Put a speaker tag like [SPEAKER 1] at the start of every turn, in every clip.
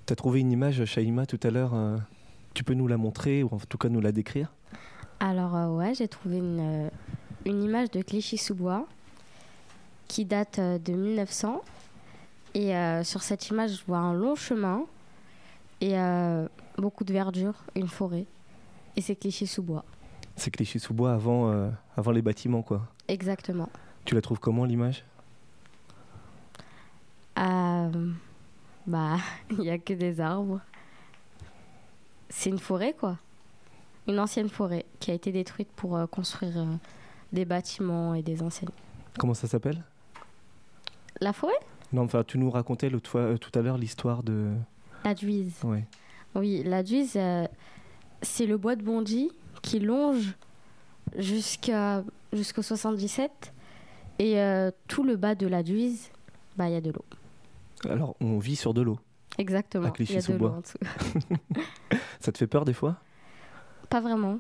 [SPEAKER 1] Tu as trouvé une image, Shaima, tout à l'heure. Tu peux nous la montrer ou en tout cas nous la décrire?
[SPEAKER 2] Alors ouais, j'ai trouvé une image de Clichy-sous-Bois qui date de 1900. Et sur cette image, je vois un long chemin et beaucoup de verdure, une forêt. Et c'est Clichy-sous-Bois. C'est
[SPEAKER 1] Clichy-sous-Bois avant les bâtiments, quoi.
[SPEAKER 2] Exactement.
[SPEAKER 1] Tu la trouves comment, l'image?
[SPEAKER 2] Il n'y a que des arbres. C'est une forêt, quoi. Une ancienne forêt qui a été détruite pour construire des bâtiments et des enseignes.
[SPEAKER 1] Comment ça s'appelle?
[SPEAKER 2] La forêt?
[SPEAKER 1] Non, enfin, tu nous racontais tout à l'heure l'histoire de...
[SPEAKER 2] La Duise.
[SPEAKER 1] Ouais.
[SPEAKER 2] Oui, la Duise, c'est le bois de Bondy qui longe jusqu'au 77. Et tout le bas de la Duise, il y a de l'eau.
[SPEAKER 1] Alors, on vit sur de l'eau.
[SPEAKER 2] Exactement,
[SPEAKER 1] à Clichy-sous-Bois.
[SPEAKER 2] Il y a de l'eau en dessous.
[SPEAKER 1] Ça te fait peur des fois?
[SPEAKER 2] Pas vraiment.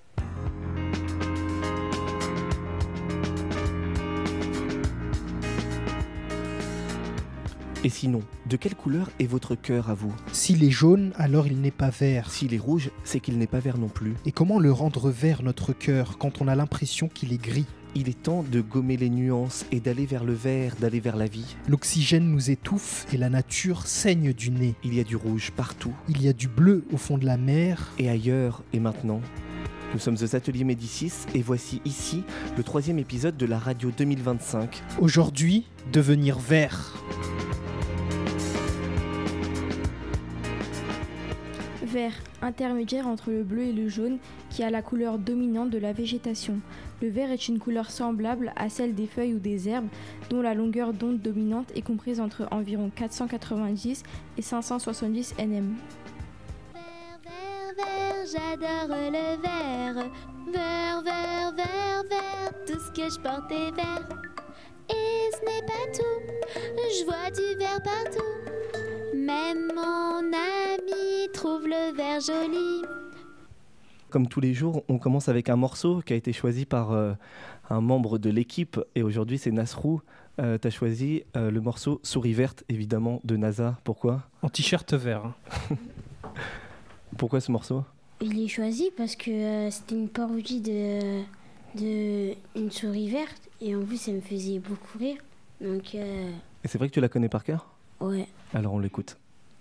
[SPEAKER 1] Et sinon, de quelle couleur est votre cœur à vous?
[SPEAKER 3] S'il est jaune, alors il n'est pas vert.
[SPEAKER 1] S'il est rouge, c'est qu'il n'est pas vert non plus.
[SPEAKER 3] Et comment le rendre vert, notre cœur, quand on a l'impression qu'il est gris?
[SPEAKER 1] Il est temps de gommer les nuances et d'aller vers le vert, d'aller vers la vie.
[SPEAKER 3] L'oxygène nous étouffe et la nature saigne du nez.
[SPEAKER 1] Il y a du rouge partout.
[SPEAKER 3] Il y a du bleu au fond de la mer.
[SPEAKER 1] Et ailleurs, et maintenant. Nous sommes aux Ateliers Médicis et voici ici le 3e épisode de la radio 2025.
[SPEAKER 3] Aujourd'hui, devenir vert.
[SPEAKER 4] Vert, intermédiaire entre le bleu et le jaune, qui a la couleur dominante de la végétation. Le vert est une couleur semblable à celle des feuilles ou des herbes, dont la longueur d'onde dominante est comprise entre environ 490 et 570 nm.
[SPEAKER 5] Vert, vert, j'adore le vert. Vert, vert, vert, vert, tout ce que je porte est vert. Et ce n'est pas tout, je vois du vert partout. Même mon ami trouve le vert joli.
[SPEAKER 1] Comme tous les jours, on commence avec un morceau qui a été choisi par un membre de l'équipe. Et aujourd'hui, c'est Nasrou. Tu as choisi le morceau Souris verte, évidemment, de NASA. Pourquoi?
[SPEAKER 3] En t-shirt vert.
[SPEAKER 1] Pourquoi ce morceau?
[SPEAKER 6] Il est choisi parce que c'était une parodie de une souris verte. Et en plus, ça me faisait beaucoup rire. Donc,
[SPEAKER 1] Et c'est vrai que tu la connais par cœur?
[SPEAKER 6] Ouais.
[SPEAKER 1] Alors on l'écoute.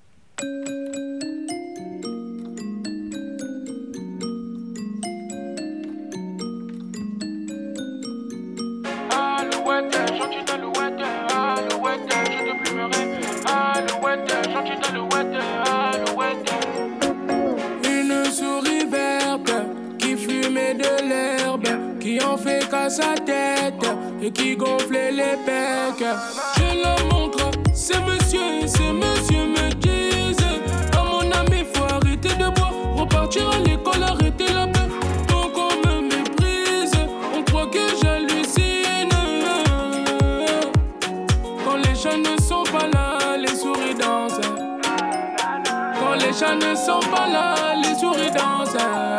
[SPEAKER 7] Alouette, gentille alouette, alouette, je te plumerai. Alouette, gentille alouette, alouette. Une souris verte qui fumait de l'herbe, qui en fait qu'à sa tête et qui gonflait les pecs. Je la montre, ces messieurs me disent: à mon ami, faut arrêter de boire, repartir à l'école, arrêter la paix. Donc on me méprise, on croit que j'hallucine. Quand les chats ne sont pas là, les souris dansent. Quand les chats ne sont pas là, les souris dansent.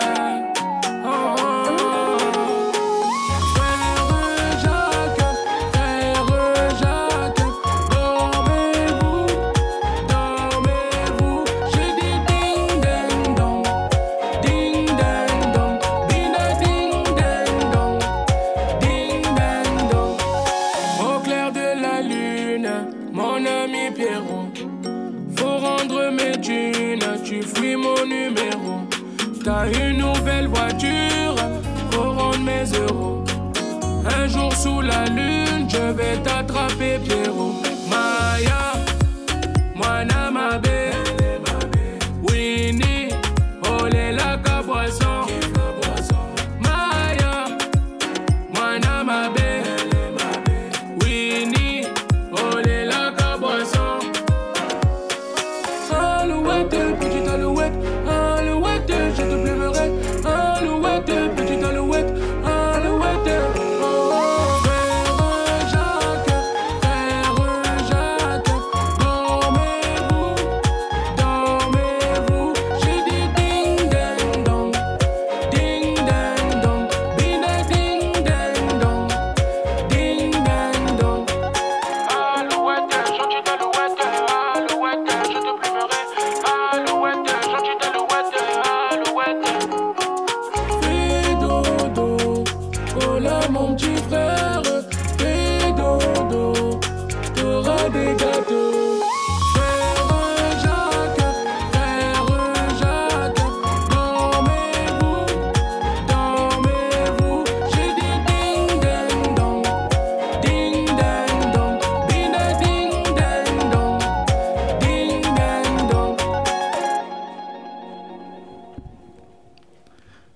[SPEAKER 7] Tu fuis mon numéro. T'as une nouvelle voiture, faut rendre mes euros. Un jour sous la lune, je vais t'attraper, Pierrot. Maya, Moana Mabé, Winnie, Olé la Caboisson. Maya, Moana Mabé, Winnie, Olé la Caboisson. Petite alouette, alouette, je te pleurerai. Alouette, petite alouette, alouette. Frère Jacques, dormez-vous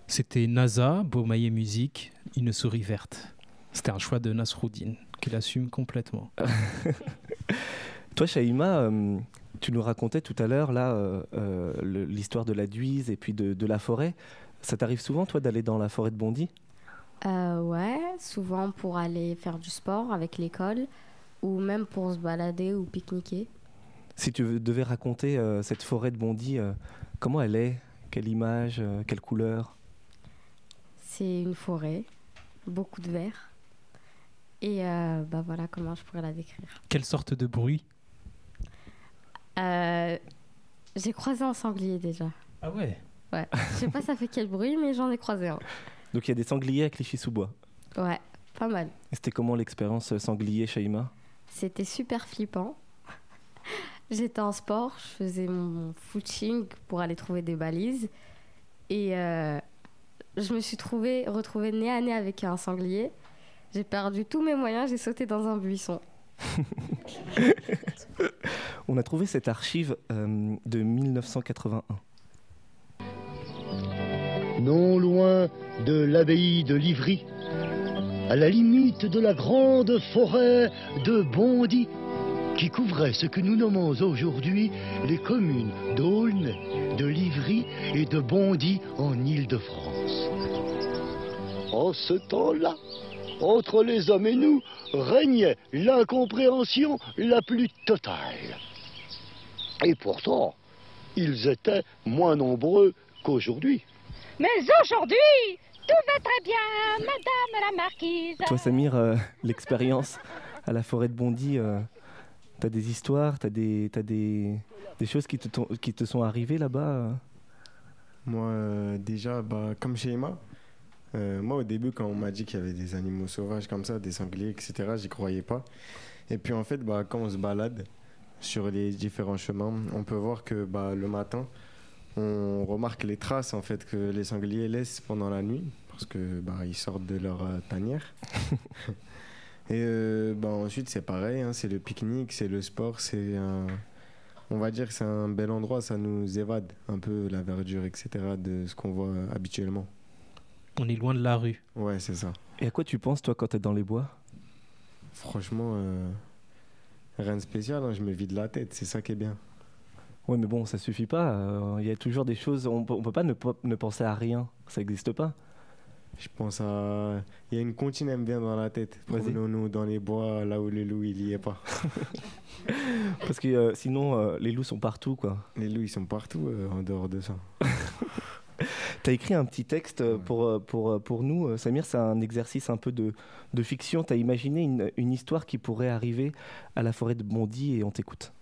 [SPEAKER 8] C'était NASA, Beaumaillé Musique, Une souris verte. C'était un choix de Nasruddin, qu'il assume complètement.
[SPEAKER 1] Toi, Shaima, tu nous racontais tout à l'heure là, l'histoire de la Duise et puis de la forêt. Ça t'arrive souvent, toi, d'aller dans la forêt de Bondy ?
[SPEAKER 2] Ouais, souvent pour aller faire du sport avec l'école ou même pour se balader ou pique-niquer.
[SPEAKER 1] Si tu devais raconter cette forêt de Bondy, comment elle est ? Quelle image ? Quelle couleur ?
[SPEAKER 2] C'est une forêt, beaucoup de verre. Et voilà comment je pourrais la décrire.
[SPEAKER 8] Quelle sorte de bruit ?
[SPEAKER 2] J'ai croisé un sanglier déjà.
[SPEAKER 8] Ah ouais ?
[SPEAKER 2] Ouais, je sais pas ça fait quel bruit, mais j'en ai croisé un.
[SPEAKER 1] Donc il y a des sangliers à Clichy-sous-Bois.
[SPEAKER 2] Ouais, pas mal.
[SPEAKER 1] Et c'était comment l'expérience sanglier, Shaima ?
[SPEAKER 2] C'était super flippant. J'étais en sport, je faisais mon footing pour aller trouver des balises. Et je me suis retrouvée nez à nez avec un sanglier. J'ai perdu tous mes moyens, j'ai sauté dans un buisson.
[SPEAKER 1] On a trouvé cette archive de 1981.
[SPEAKER 9] Non loin de l'abbaye de Livry, à la limite de la grande forêt de Bondy, qui couvrait ce que nous nommons aujourd'hui les communes d'Aulnay, de Livry et de Bondy en Île-de-France. En ce temps-là, entre les hommes et nous, régnait l'incompréhension la plus totale. Et pourtant, ils étaient moins nombreux qu'aujourd'hui.
[SPEAKER 10] Mais aujourd'hui, tout va très bien, madame la marquise.
[SPEAKER 1] Toi, Samir, l'expérience à la forêt de Bondy, t'as des histoires, t'as des choses qui te sont arrivées là-bas
[SPEAKER 11] Moi, déjà, comme chez Emma, moi au début, quand on m'a dit qu'il y avait des animaux sauvages comme ça, des sangliers, etc., j'y croyais pas. Et puis en fait, quand on se balade sur les différents chemins, on peut voir que le matin, on remarque les traces en fait que les sangliers laissent pendant la nuit parce que ils sortent de leur tanière. Et ensuite c'est pareil, c'est le pique-nique, c'est le sport, on va dire que c'est un bel endroit, ça nous évade un peu la verdure, etc., de ce qu'on voit habituellement.
[SPEAKER 8] On est loin de la rue.
[SPEAKER 11] Ouais, c'est ça.
[SPEAKER 1] Et à quoi tu penses toi quand t'es dans les bois ?
[SPEAKER 11] Franchement, rien de spécial, je me vide la tête, c'est ça qui est bien.
[SPEAKER 1] Ouais, mais bon, ça suffit pas. Il y a toujours des choses. On peut pas ne penser à rien. Ça n'existe pas.
[SPEAKER 11] Je pense à. Il y a une comptine me vient dans la tête. Promenons-nous dans les bois, là où le loup il y est pas.
[SPEAKER 1] Parce que sinon, les loups sont partout, quoi.
[SPEAKER 11] Les loups ils sont partout en dehors de ça.
[SPEAKER 1] T'as écrit un petit texte pour nous, Samir. C'est un exercice un peu de fiction. T'as imaginé une histoire qui pourrait arriver à la forêt de Bondy et on t'écoute.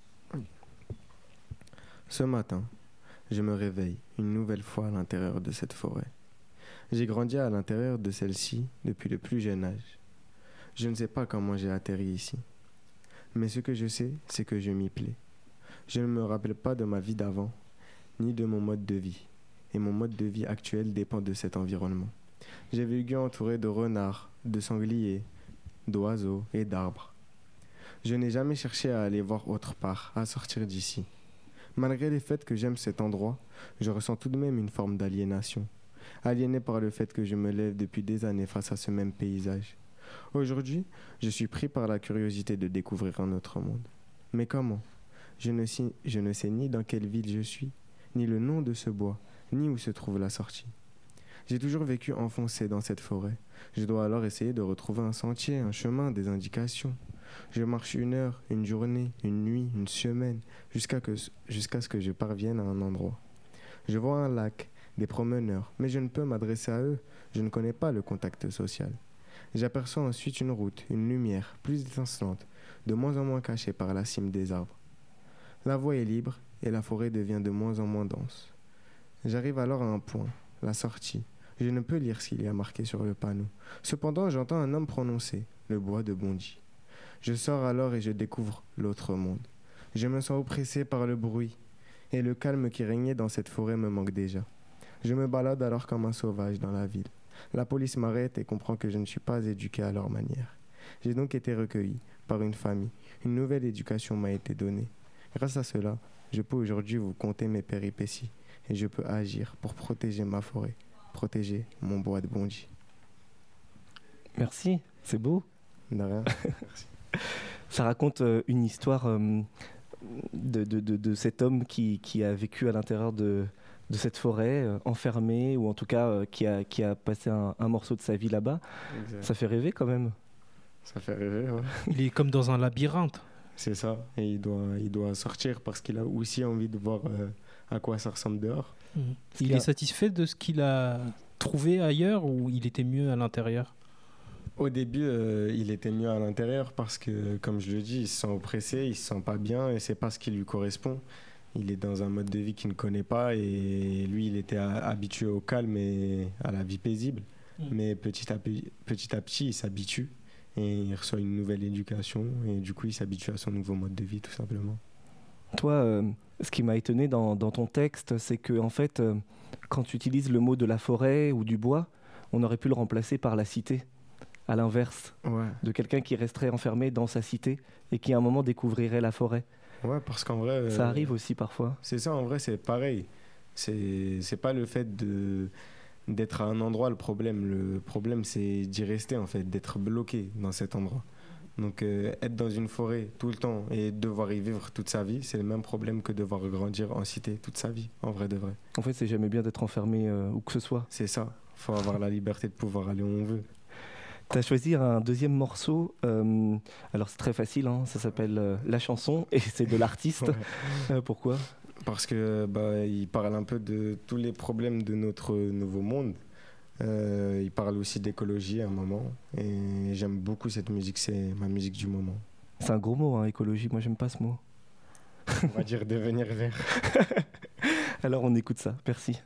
[SPEAKER 11] Ce matin, je me réveille une nouvelle fois à l'intérieur de cette forêt. J'ai grandi à l'intérieur de celle-ci depuis le plus jeune âge. Je ne sais pas comment j'ai atterri ici. Mais ce que je sais, c'est que je m'y plais. Je ne me rappelle pas de ma vie d'avant, ni de mon mode de vie. Et mon mode de vie actuel dépend de cet environnement. J'ai vécu entouré de renards, de sangliers, d'oiseaux et d'arbres. Je n'ai jamais cherché à aller voir autre part, à sortir d'ici. Malgré le fait que j'aime cet endroit, je ressens tout de même une forme d'aliénation. Aliéné par le fait que je me lève depuis des années face à ce même paysage. Aujourd'hui, je suis pris par la curiosité de découvrir un autre monde. Mais comment ? Je ne sais ni dans quelle ville je suis, ni le nom de ce bois, ni où se trouve la sortie. J'ai toujours vécu enfoncé dans cette forêt. Je dois alors essayer de retrouver un sentier, un chemin, des indications. Je marche 1 heure, une journée, une nuit, une semaine, jusqu'à ce que je parvienne à un endroit. Je vois un lac, des promeneurs, mais je ne peux m'adresser à eux, je ne connais pas le contact social. J'aperçois ensuite une route, une lumière, plus étincelante, de moins en moins cachée par la cime des arbres. La voie est libre et la forêt devient de moins en moins dense. J'arrive alors à un point, la sortie. Je ne peux lire s'il y a marqué sur le panneau. Cependant, j'entends un homme prononcer, le bois de Bondy. Je sors alors et je découvre l'autre monde. Je me sens oppressé par le bruit, et le calme qui régnait dans cette forêt me manque déjà. Je me balade alors comme un sauvage dans la ville. La police m'arrête et comprend que je ne suis pas éduqué à leur manière. J'ai donc été recueilli par une famille. Une nouvelle éducation m'a été donnée. Grâce à cela, je peux aujourd'hui vous conter mes péripéties, et je peux agir pour protéger ma forêt, protéger mon bois de Bondy.
[SPEAKER 1] Merci, c'est beau.
[SPEAKER 11] De rien. Merci.
[SPEAKER 1] Ça raconte une histoire de cet homme qui a vécu à l'intérieur de cette forêt, enfermé, ou en tout cas qui a passé un morceau de sa vie là-bas.
[SPEAKER 11] Exact.
[SPEAKER 1] Ça fait rêver quand même.
[SPEAKER 11] Ça fait rêver, ouais.
[SPEAKER 8] Il est comme dans un labyrinthe.
[SPEAKER 11] C'est ça, et il doit sortir parce qu'il a aussi envie de voir à quoi ça ressemble dehors.
[SPEAKER 8] Il est satisfait de ce qu'il a trouvé ailleurs ou il était mieux à l'intérieur?
[SPEAKER 11] Au début, il était mieux à l'intérieur parce que, comme je le dis, il se sent oppressé, il se sent pas bien et c'est pas ce qui lui correspond. Il est dans un mode de vie qu'il ne connaît pas et lui, il était habitué au calme et à la vie paisible. Mais petit à petit, il s'habitue et il reçoit une nouvelle éducation et du coup, il s'habitue à son nouveau mode de vie, tout simplement.
[SPEAKER 1] Toi, ce qui m'a étonné dans ton texte, c'est que en fait, quand tu utilises le mot de la forêt ou du bois, on aurait pu le remplacer par la cité, à l'inverse, de quelqu'un qui resterait enfermé dans sa cité et qui à un moment découvrirait la forêt.
[SPEAKER 11] Ouais, parce qu'en vrai...
[SPEAKER 1] ça arrive aussi parfois.
[SPEAKER 11] C'est ça, en vrai, c'est pareil. C'est pas le fait d'être à un endroit le problème. Le problème, c'est d'y rester, en fait, d'être bloqué dans cet endroit. Donc, être dans une forêt tout le temps et devoir y vivre toute sa vie, c'est le même problème que devoir grandir en cité toute sa vie, en vrai de vrai.
[SPEAKER 1] En fait, c'est jamais bien d'être enfermé où que ce soit.
[SPEAKER 11] C'est ça. Faut avoir la liberté de pouvoir aller où on veut.
[SPEAKER 1] Tu as choisi un deuxième morceau, alors c'est très facile, hein, ça s'appelle La chanson et c'est de l'artiste. Ouais. Pourquoi ?
[SPEAKER 11] Parce que il parle un peu de tous les problèmes de notre nouveau monde. Il parle aussi d'écologie à un moment et j'aime beaucoup cette musique, c'est ma musique du moment.
[SPEAKER 1] C'est un gros mot, hein, écologie, moi j'aime pas ce mot.
[SPEAKER 11] On va dire devenir vert.
[SPEAKER 1] Alors on écoute ça, merci.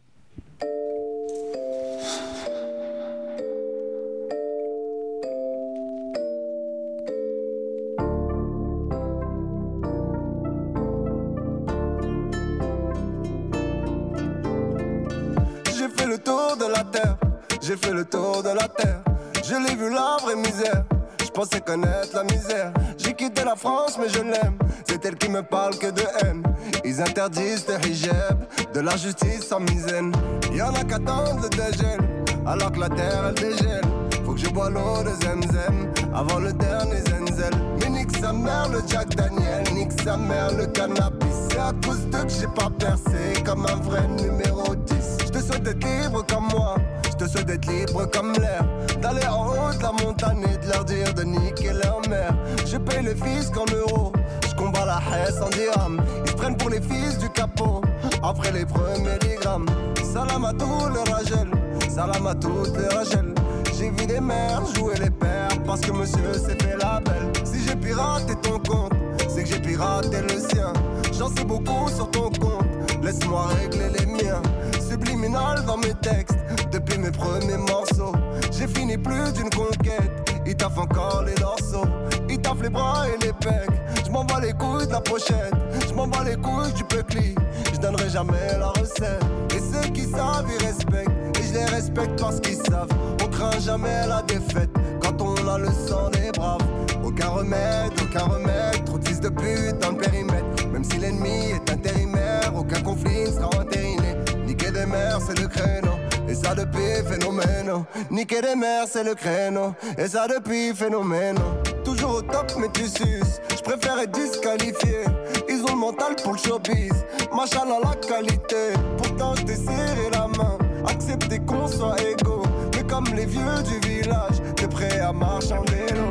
[SPEAKER 12] J'ai fait le tour de la terre, je l'ai vu la vraie misère. Je pensais connaître la misère. J'ai quitté la France mais je l'aime. C'est elle qui me parle que de haine. Ils interdisent le hijab, de la justice sans misaine. Y'en a qu'attendent le dégel, alors que la terre elle dégèle. Faut que je bois l'eau de Zemzem avant le dernier Zenzel. Mais nique sa mère le Jack Daniel, nique sa mère le cannabis. C'est à cause d'eux que j'ai pas percé comme un vrai numéro 10. Je te souhaite d'être libre comme moi, je te souhaite d'être libre comme l'air, d'aller en haut de la montagne et de leur dire de niquer leur mère. Je paye le fisc en euros, je combats la haisse en dirhams. Ils se prennent pour les fils du capot, après les premiers milligrammes. Salam à tous les Rachel, salam à toutes les Rachel. J'ai vu des mères jouer les pères parce que monsieur s'est fait la belle. Si j'ai piraté ton compte, c'est que j'ai piraté le sien. J'en sais beaucoup sur ton compte, laisse-moi régler les miens. Subliminal dans mes textes, depuis mes premiers morceaux. J'ai fini plus d'une conquête, ils taffent encore les dorsaux. Ils taffent les bras et les pecs, je m'en bats les couilles de la pochette. Je m'en bats les couilles du peucli, je donnerai jamais la recette. Et ceux qui savent, ils respectent, et je les respecte parce qu'ils savent. On craint jamais la défaite, quand on a le sang des braves. Aucun remède, trop de fils de pute dans le périmètre. Même si l'ennemi est intérimaire, aucun conflit ne sera entériné. Niquer des mers, c'est le créneau, et ça depuis phénomène. Niquer des mers, c'est le créneau, et ça depuis phénomène. Toujours au top, mais tu suces, je préfère être disqualifié. Ils ont le mental pour le showbiz, machallah la qualité. Pourtant je t'ai serré la main, accepter qu'on soit égaux. Mais comme les vieux du village, t'es prêt à marcher en vélo.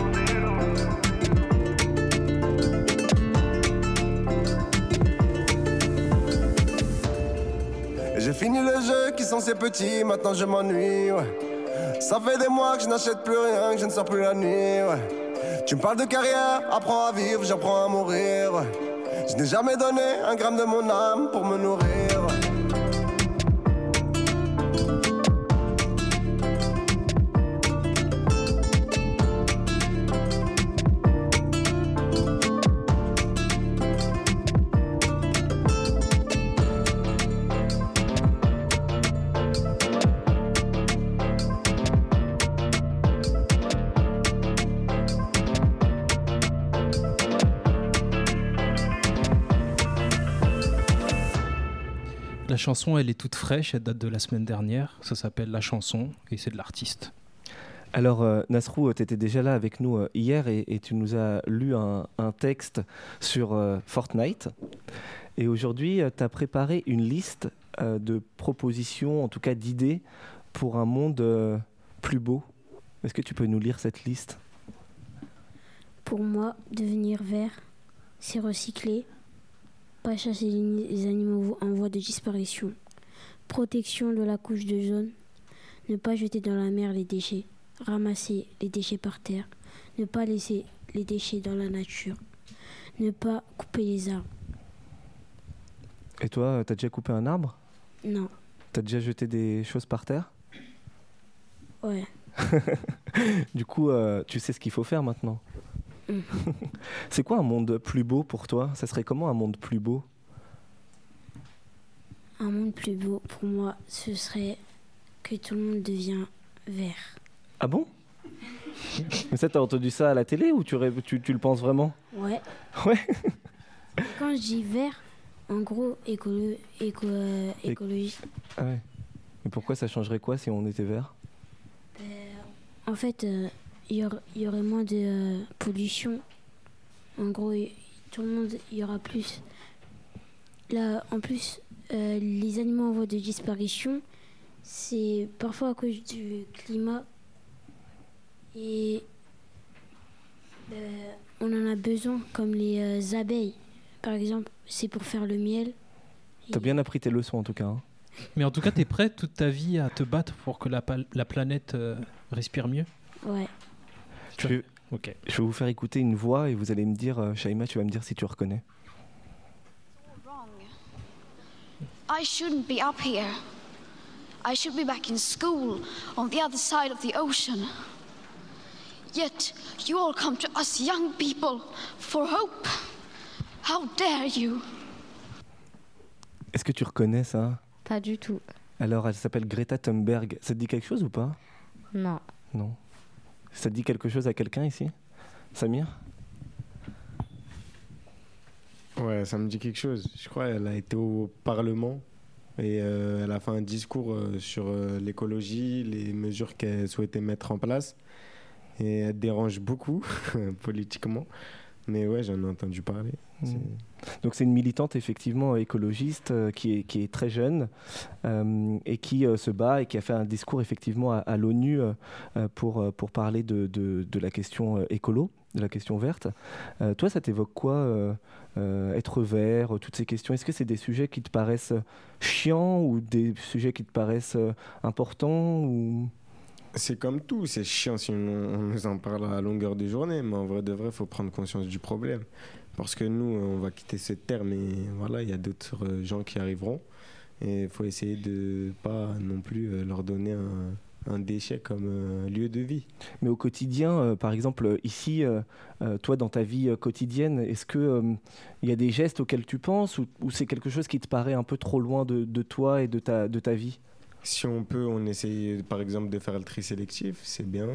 [SPEAKER 12] J'ai fini le jeu qui sont si petits, maintenant je m'ennuie, ouais. Ça fait des mois que je n'achète plus rien, que je ne sors plus la nuit, ouais. Tu me parles de carrière, apprends à vivre, j'apprends à mourir, ouais. Je n'ai jamais donné un gramme de mon âme pour me nourrir, ouais.
[SPEAKER 8] La chanson, elle est toute fraîche, elle date de la semaine dernière. Ça s'appelle La Chanson et c'est de l'artiste.
[SPEAKER 1] Alors, Nasrou, tu étais déjà là avec nous hier et tu nous as lu un texte sur Fortnite. Et aujourd'hui, tu as préparé une liste de propositions, en tout cas d'idées, pour un monde plus beau. Est-ce que tu peux nous lire cette liste ?
[SPEAKER 6] Pour moi, devenir vert, c'est recycler, pas chasser les animaux en voie de disparition, protection de la couche d'ozone, ne pas jeter dans la mer les déchets, ramasser les déchets par terre, ne pas laisser les déchets dans la nature, ne pas couper les arbres.
[SPEAKER 1] Et toi, t'as déjà coupé un arbre ?
[SPEAKER 6] Non.
[SPEAKER 1] T'as déjà jeté des choses par terre ?
[SPEAKER 6] Ouais.
[SPEAKER 1] Du coup, tu sais ce qu'il faut faire maintenant. C'est quoi un monde plus beau pour toi ? Ça serait comment un monde plus beau ?
[SPEAKER 6] Un monde plus beau, pour moi, ce serait que tout le monde devient vert.
[SPEAKER 1] Ah bon ? Mais ça, t'as entendu ça à la télé ou tu le penses vraiment ?
[SPEAKER 6] Ouais.
[SPEAKER 1] Ouais.
[SPEAKER 6] Quand je dis vert, en gros, écologie.
[SPEAKER 1] Ah ouais. Mais pourquoi ça changerait quoi si on était vert ?
[SPEAKER 6] En fait, il y aurait moins de pollution. En gros, tout le monde, il y aura plus. Là, en plus, les animaux en voie de disparition, c'est parfois à cause du climat. Et on en a besoin, comme les abeilles, par exemple. C'est pour faire le miel.
[SPEAKER 1] T'as bien appris tes leçons en tout cas. Hein.
[SPEAKER 8] Mais en tout cas, t'es prêt toute ta vie à te battre pour que la planète respire mieux ?
[SPEAKER 6] Ouais.
[SPEAKER 1] Je vais vous faire écouter une voix et vous allez me dire, Shaima, tu vas me dire si tu reconnais.
[SPEAKER 13] I shouldn't be up here. I should be back in school on the other side of the ocean. Yet you all come to us young people for hope. How dare you?
[SPEAKER 1] Est-ce que tu reconnais ça ?
[SPEAKER 2] Pas du tout.
[SPEAKER 1] Alors, elle s'appelle Greta Thunberg. Ça te dit quelque chose ou pas ?
[SPEAKER 2] Non.
[SPEAKER 1] Non. Ça te dit quelque chose à quelqu'un ici ? Samir ?
[SPEAKER 11] Ouais, ça me dit quelque chose. Je crois qu'elle a été au Parlement et elle a fait un discours sur l'écologie, les mesures qu'elle souhaitait mettre en place. Et elle dérange beaucoup politiquement. Mais ouais, j'en ai entendu parler.
[SPEAKER 1] Donc c'est une militante effectivement écologiste qui est très jeune et qui se bat et qui a fait un discours effectivement à l'ONU pour parler de la question écolo, de la question verte. Toi, ça t'évoque quoi être vert, toutes ces questions ? Est-ce que c'est des sujets qui te paraissent chiants ou des sujets qui te paraissent importants ou...
[SPEAKER 11] C'est comme tout, c'est chiant si on nous en parle à longueur de journée, mais en vrai de vrai, il faut prendre conscience du problème. Parce que nous, on va quitter cette terre, mais voilà, il y a d'autres gens qui arriveront. Et il faut essayer de ne pas non plus leur donner un déchet comme lieu de vie.
[SPEAKER 1] Mais au quotidien, par exemple, ici, toi, dans ta vie quotidienne, est-ce qu'il y a des gestes auxquels tu penses ou c'est quelque chose qui te paraît un peu trop loin de toi et de ta vie ?
[SPEAKER 11] Si on peut, on essaye par exemple de faire le tri sélectif, c'est bien.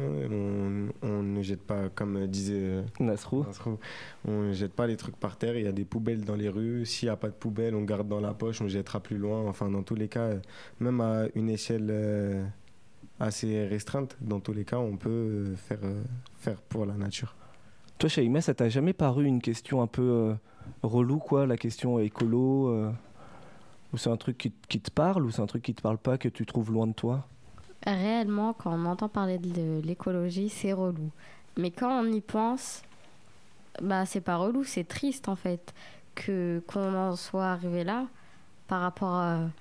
[SPEAKER 11] On ne jette pas, comme disait
[SPEAKER 1] Nasrou,
[SPEAKER 11] on ne jette pas les trucs par terre. Il y a des poubelles dans les rues. S'il n'y a pas de poubelle, on garde dans la poche, on jettera plus loin. Enfin, dans tous les cas, même à une échelle assez restreinte, dans tous les cas, on peut faire pour la nature.
[SPEAKER 1] Toi, Shaima, ça t'a jamais paru une question un peu relou, quoi, la question écolo ou c'est un truc qui te parle ou c'est un truc qui te parle pas, que tu trouves loin de toi ?
[SPEAKER 2] Réellement, quand on entend parler de l'écologie, c'est relou. Mais quand on y pense, bah c'est pas relou, c'est triste en fait qu'on en soit arrivé là par rapport à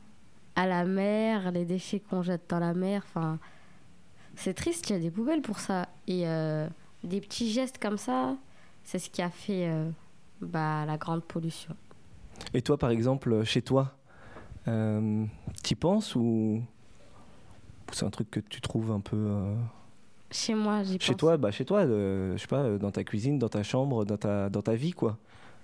[SPEAKER 2] la mer, les déchets qu'on jette dans la mer. Enfin, c'est triste, il y a des poubelles pour ça. Et des petits gestes comme ça, c'est ce qui a fait la grande pollution.
[SPEAKER 1] Et toi, par exemple, chez toi, t'y penses ou c'est un truc que tu trouves un peu...
[SPEAKER 2] Chez moi, j'y pense.
[SPEAKER 1] Chez toi, je sais pas, dans ta cuisine, dans ta chambre, dans ta vie, quoi.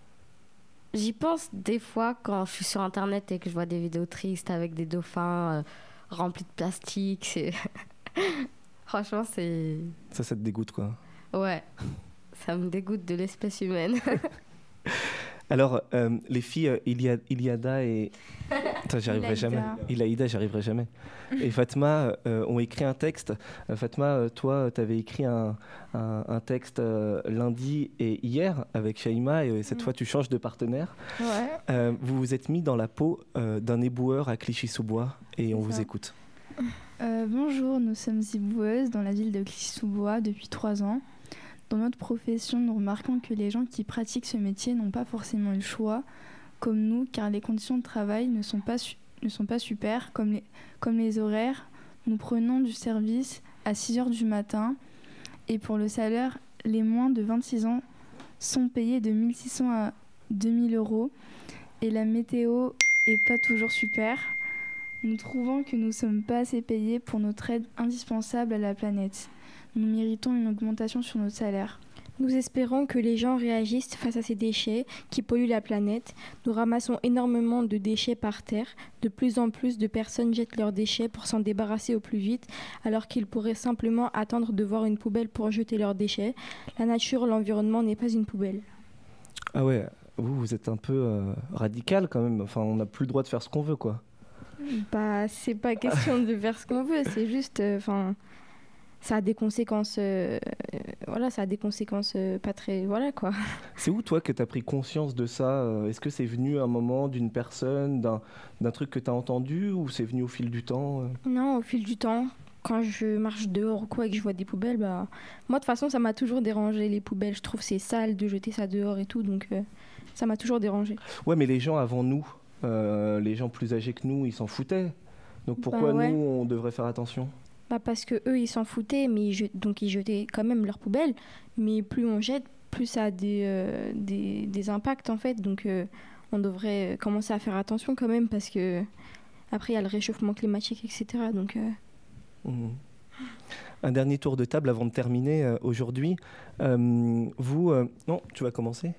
[SPEAKER 2] J'y pense des fois quand je suis sur Internet et que je vois des vidéos tristes avec des dauphins remplis de plastique. Franchement, c'est...
[SPEAKER 1] Ça te dégoûte, quoi.
[SPEAKER 2] Ouais, ça me dégoûte de l'espèce humaine.
[SPEAKER 1] Alors, les filles, Iliada et... Putain, j'arriverai jamais. Ilaïda, j'arriverai jamais. Et Fatma ont écrit un texte. Fatma, toi, tu avais écrit un texte lundi et hier avec Shaima, et cette fois, tu changes de partenaire.
[SPEAKER 4] Ouais.
[SPEAKER 1] Vous vous êtes mis dans la peau d'un éboueur à Clichy-sous-Bois, et on vous écoute.
[SPEAKER 4] Bonjour, nous sommes éboueuses dans la ville de Clichy-sous-Bois depuis 3 ans. Dans notre profession, nous remarquons que les gens qui pratiquent ce métier n'ont pas forcément le choix, comme nous, car les conditions de travail ne sont pas super, comme les horaires. Nous prenons du service à 6h du matin, et pour le salaire, les moins de 26 ans sont payés de 1 600 à 2 000 euros, et la météo est pas toujours super. Nous trouvons que nous ne sommes pas assez payés pour notre aide indispensable à la planète. Nous méritons une augmentation sur notre salaire.
[SPEAKER 14] Nous espérons que les gens réagissent face à ces déchets qui polluent la planète. Nous ramassons énormément de déchets par terre. De plus en plus de personnes jettent leurs déchets pour s'en débarrasser au plus vite, alors qu'ils pourraient simplement attendre de voir une poubelle pour jeter leurs déchets. La nature, l'environnement n'est pas une poubelle.
[SPEAKER 1] Ah ouais, vous êtes un peu radical quand même. Enfin, on n'a plus le droit de faire ce qu'on veut, quoi.
[SPEAKER 14] Bah, c'est pas question de faire ce qu'on veut, c'est juste... ça a des conséquences ça a des conséquences pas très quoi.
[SPEAKER 1] C'est où toi que tu as pris conscience de ça? Est-ce que c'est venu à un moment d'une personne, d'un truc que tu as entendu, ou c'est venu au fil du temps?
[SPEAKER 14] Non, au fil du temps. Quand je marche dehors et que je vois des poubelles, moi de toute façon ça m'a toujours dérangé, les poubelles. Je trouve c'est sale de jeter ça dehors et tout, donc ça m'a toujours dérangé.
[SPEAKER 1] Ouais, mais les gens avant nous, les gens plus âgés que nous, ils s'en foutaient. Donc pourquoi nous on devrait faire attention?
[SPEAKER 14] Parce que eux ils s'en foutaient, mais donc ils jetaient quand même leurs poubelles, mais plus on jette, plus ça a des impacts en fait, donc on devrait commencer à faire attention quand même, parce que après il y a le réchauffement climatique, etc. Donc
[SPEAKER 1] Un dernier tour de table avant de terminer aujourd'hui. Vous non, tu vas commencer.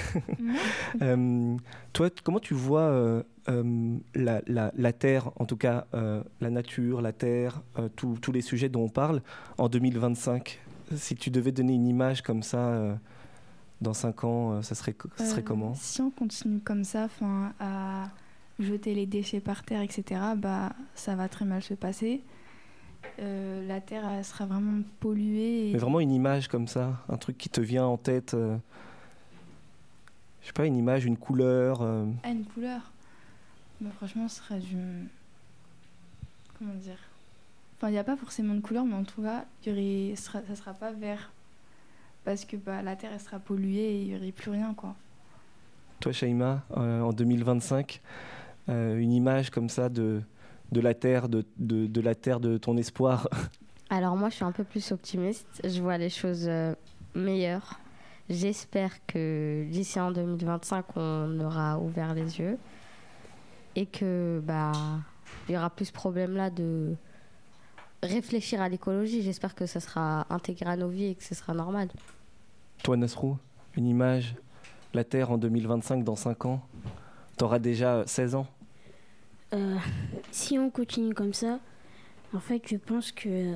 [SPEAKER 1] Toi, comment tu vois la Terre, en tout cas la nature, la Terre, tous les sujets dont on parle en 2025? Si tu devais donner une image comme ça dans 5 ans, ça serait comment?
[SPEAKER 4] Si on continue comme ça, à jeter les déchets par terre, etc., ça va très mal se passer. La Terre elle sera vraiment polluée.
[SPEAKER 1] Mais vraiment une image comme ça, un truc qui te vient en tête, je sais pas, une image, une couleur.
[SPEAKER 4] Une couleur. Franchement, ce serait du... Comment dire? Il n'y a pas forcément de couleur, mais en tout cas, ça sera pas vert. Parce que la Terre elle sera polluée et il n'y aurait plus rien, quoi.
[SPEAKER 1] Toi, Shaima, en 2025, une image comme ça de la Terre, de la Terre de ton espoir?
[SPEAKER 2] Alors moi, je suis un peu plus optimiste. Je vois les choses meilleures. J'espère que d'ici en 2025, on aura ouvert les yeux et que il y aura plus ce problème-là de réfléchir à l'écologie. J'espère que ça sera intégré à nos vies et que ce sera normal.
[SPEAKER 1] Toi, Nasrou, une image, la Terre en 2025, dans 5 ans, t'auras déjà 16 ans.
[SPEAKER 6] Si on continue comme ça, en fait, je pense que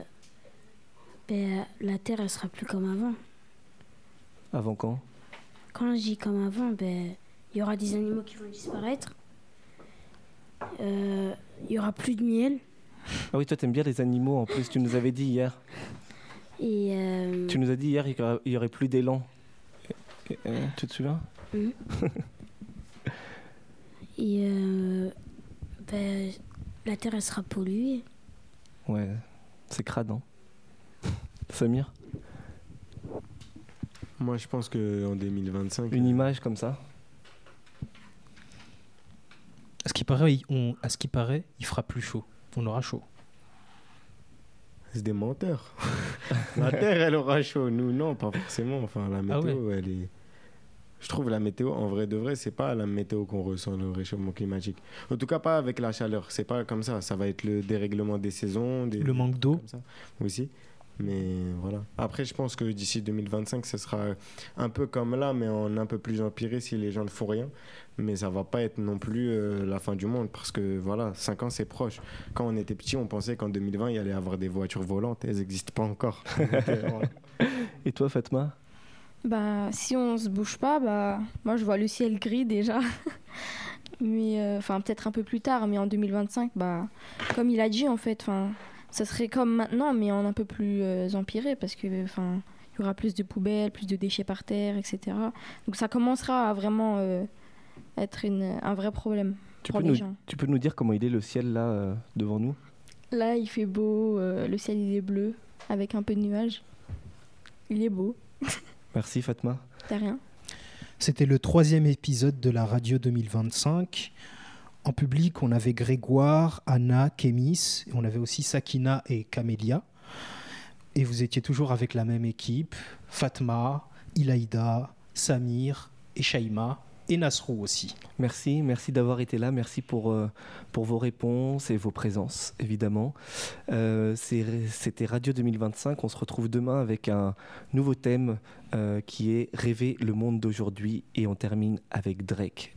[SPEAKER 6] la Terre, elle sera plus comme avant.
[SPEAKER 1] Avant quand?
[SPEAKER 6] Quand je dis comme avant, il y aura des animaux qui vont disparaître. Il y aura plus de miel.
[SPEAKER 1] Ah oui, toi t'aimes bien les animaux en plus, tu nous avais dit hier.
[SPEAKER 6] Et
[SPEAKER 1] tu nous as dit hier qu'il y aurait plus d'élan. Tu te souviens?
[SPEAKER 6] Et la Terre elle sera polluée.
[SPEAKER 1] Ouais, c'est crade, hein. Samir?
[SPEAKER 11] Moi, je pense qu'en 2025...
[SPEAKER 1] Une image comme ça?
[SPEAKER 8] À ce qui paraît, il fera plus chaud. On aura chaud.
[SPEAKER 11] C'est des menteurs. La Terre, elle aura chaud. Nous, non, pas forcément. Enfin, la météo, elle est... Je trouve la météo, en vrai de vrai, c'est pas la météo qu'on ressent, le réchauffement climatique. En tout cas, pas avec la chaleur. C'est pas comme ça. Ça va être le dérèglement des saisons.
[SPEAKER 8] Le manque d'eau.
[SPEAKER 11] Comme ça. Aussi. Mais voilà. Après, je pense que d'ici 2025, ce sera un peu comme là, mais en un peu plus empiré si les gens ne font rien. Mais ça va pas être non plus la fin du monde, parce que voilà, 5 ans, c'est proche. Quand on était petit, on pensait qu'en 2020, il y allait avoir des voitures volantes. Elles n'existent pas encore.
[SPEAKER 1] Et toi, Fatma?
[SPEAKER 4] Bah, si on se bouge pas, bah, moi je vois le ciel gris déjà. Mais enfin peut-être un peu plus tard, mais en 2025, bah, comme il a dit en fait, ça serait comme maintenant, mais en un peu plus empiré parce que enfin il y aura plus de poubelles, plus de déchets par terre, etc. Donc ça commencera à vraiment être un vrai problème pour les gens.
[SPEAKER 1] Tu peux nous dire comment il est le ciel là devant nous ?
[SPEAKER 4] Là, il fait beau, le ciel il est bleu avec un peu de nuages. Il est beau.
[SPEAKER 1] Merci Fatma.
[SPEAKER 4] De rien.
[SPEAKER 3] C'était le 3e épisode de la radio 2025. En public, on avait Grégoire, Anna, Kémis, et on avait aussi Sakina et Camélia. Et vous étiez toujours avec la même équipe, Fatma, Ilaïda, Samir et Shaima, et Nasrou aussi.
[SPEAKER 1] Merci d'avoir été là, merci pour vos réponses et vos présences, évidemment. C'était Radio 2025, on se retrouve demain avec un nouveau thème qui est « Rêver le monde d'aujourd'hui » et on termine avec Drake.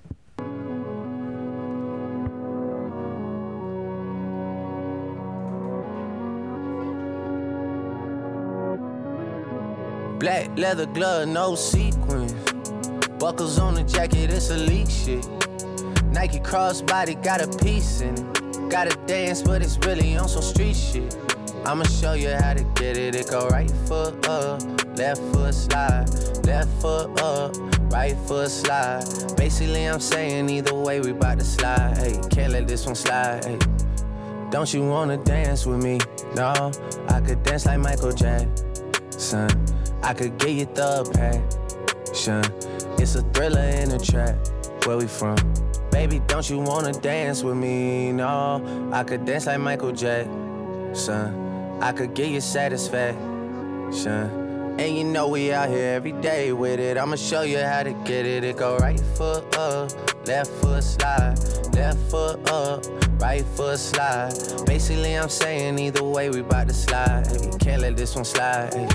[SPEAKER 15] Black leather glove, no sequins. Buckles on the jacket, it's elite shit. Nike crossbody got a piece in it. Gotta dance, but it's really on some street shit. I'ma show you how to get it. It go right foot up, left foot slide. Left foot up, right foot slide. Basically, I'm saying either way, we bout to slide. Hey, can't let this one slide. Hey. Don't you wanna dance with me? No, I could dance like Michael Jackson. I could get you the passion. It's a thriller in a trap. Where we from? Baby, don't you wanna dance with me? No, I could dance like Michael Jackson. I could get you satisfaction. And you know we out here every day with it. I'ma show you how to get it. It go right foot up, left foot slide. Left foot up, right foot slide. Basically, I'm saying either way, we bout to slide. Hey, can't let this one slide. Hey.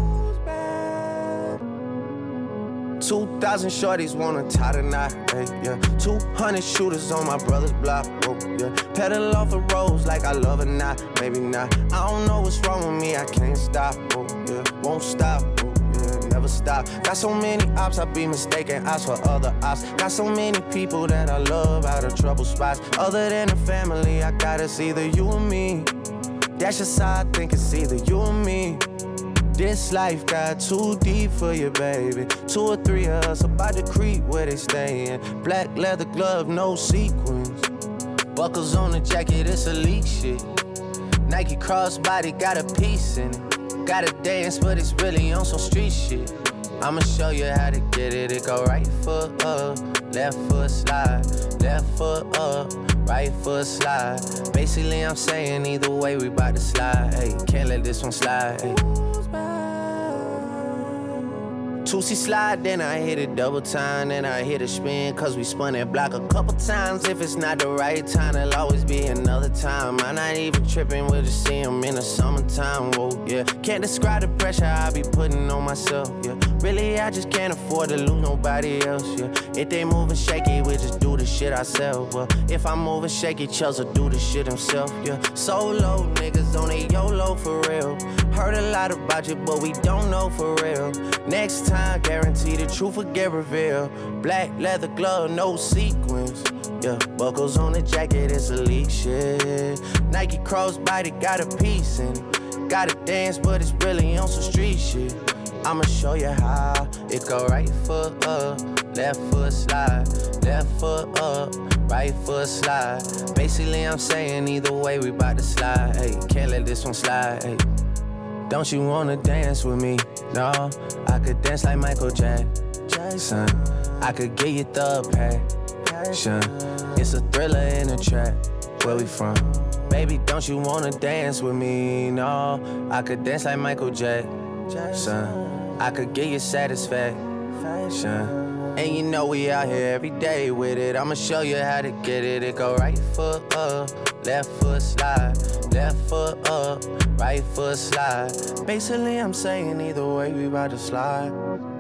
[SPEAKER 15] 2,000 shorties wanna tie the knot, hey, yeah. 200 shooters on my brother's block, oh, yeah. Pedal off the roads like I love it, not, maybe not. I don't know what's wrong with me, I can't stop, oh, yeah. Won't stop, oh, yeah, never stop. Got so many ops, I be mistaken ops for other ops. Got so many people that I love out of trouble spots. Other than the family, I got it's either you or me. That's just how I think it's either you or me. This life got too deep for you, baby. 2 or 3 of us about to creep where they stayin'. Black leather glove, no sequins. Buckles on the jacket, it's elite shit. Nike crossbody got a piece in it. Gotta dance, but it's really on some street shit. I'ma show you how to get it. It go right foot up, left foot slide. Left foot up, right foot slide. Basically, I'm saying either way, we bout to slide. Hey, can't let this one slide. Hey. 2C slide, then I hit it double time, then I hit a spin, cause we spun that block a couple times. If it's not the right time, there'll always be another time. I'm not even tripping, we'll just see him in the summertime, whoa, yeah. Can't describe the pressure I be putting on myself, yeah. Really, I just can't afford to lose nobody else, yeah. If they moving shaky, we just do the shit ourselves, well. If I'm moving shaky, Chels will do the shit himself, yeah. Solo niggas on a YOLO for real. Heard a lot about you, but we don't know for real. Next time, guarantee the truth will get revealed. Black leather glove, no sequins. Yeah, buckles on the jacket, it's elite shit. Nike crossbody got a piece in it. Gotta dance, but it's really on some street shit. I'ma show you how. It go right foot up, left foot slide. Left foot up, right foot slide. Basically, I'm saying either way, we bout to slide. Hey, can't let this one slide. Hey. Don't you wanna dance with me? No, I could dance like Michael Jackson. I could get you the passion. It's a thriller in a trap. Where we from? Baby, don't you wanna dance with me? No, I could dance like Michael Jackson. I could get you satisfaction. And you know we out here every day with it. I'ma show you how to get it. It go right foot up, left foot slide. Left foot up, right foot slide. Basically, I'm saying either way, we bout to slide.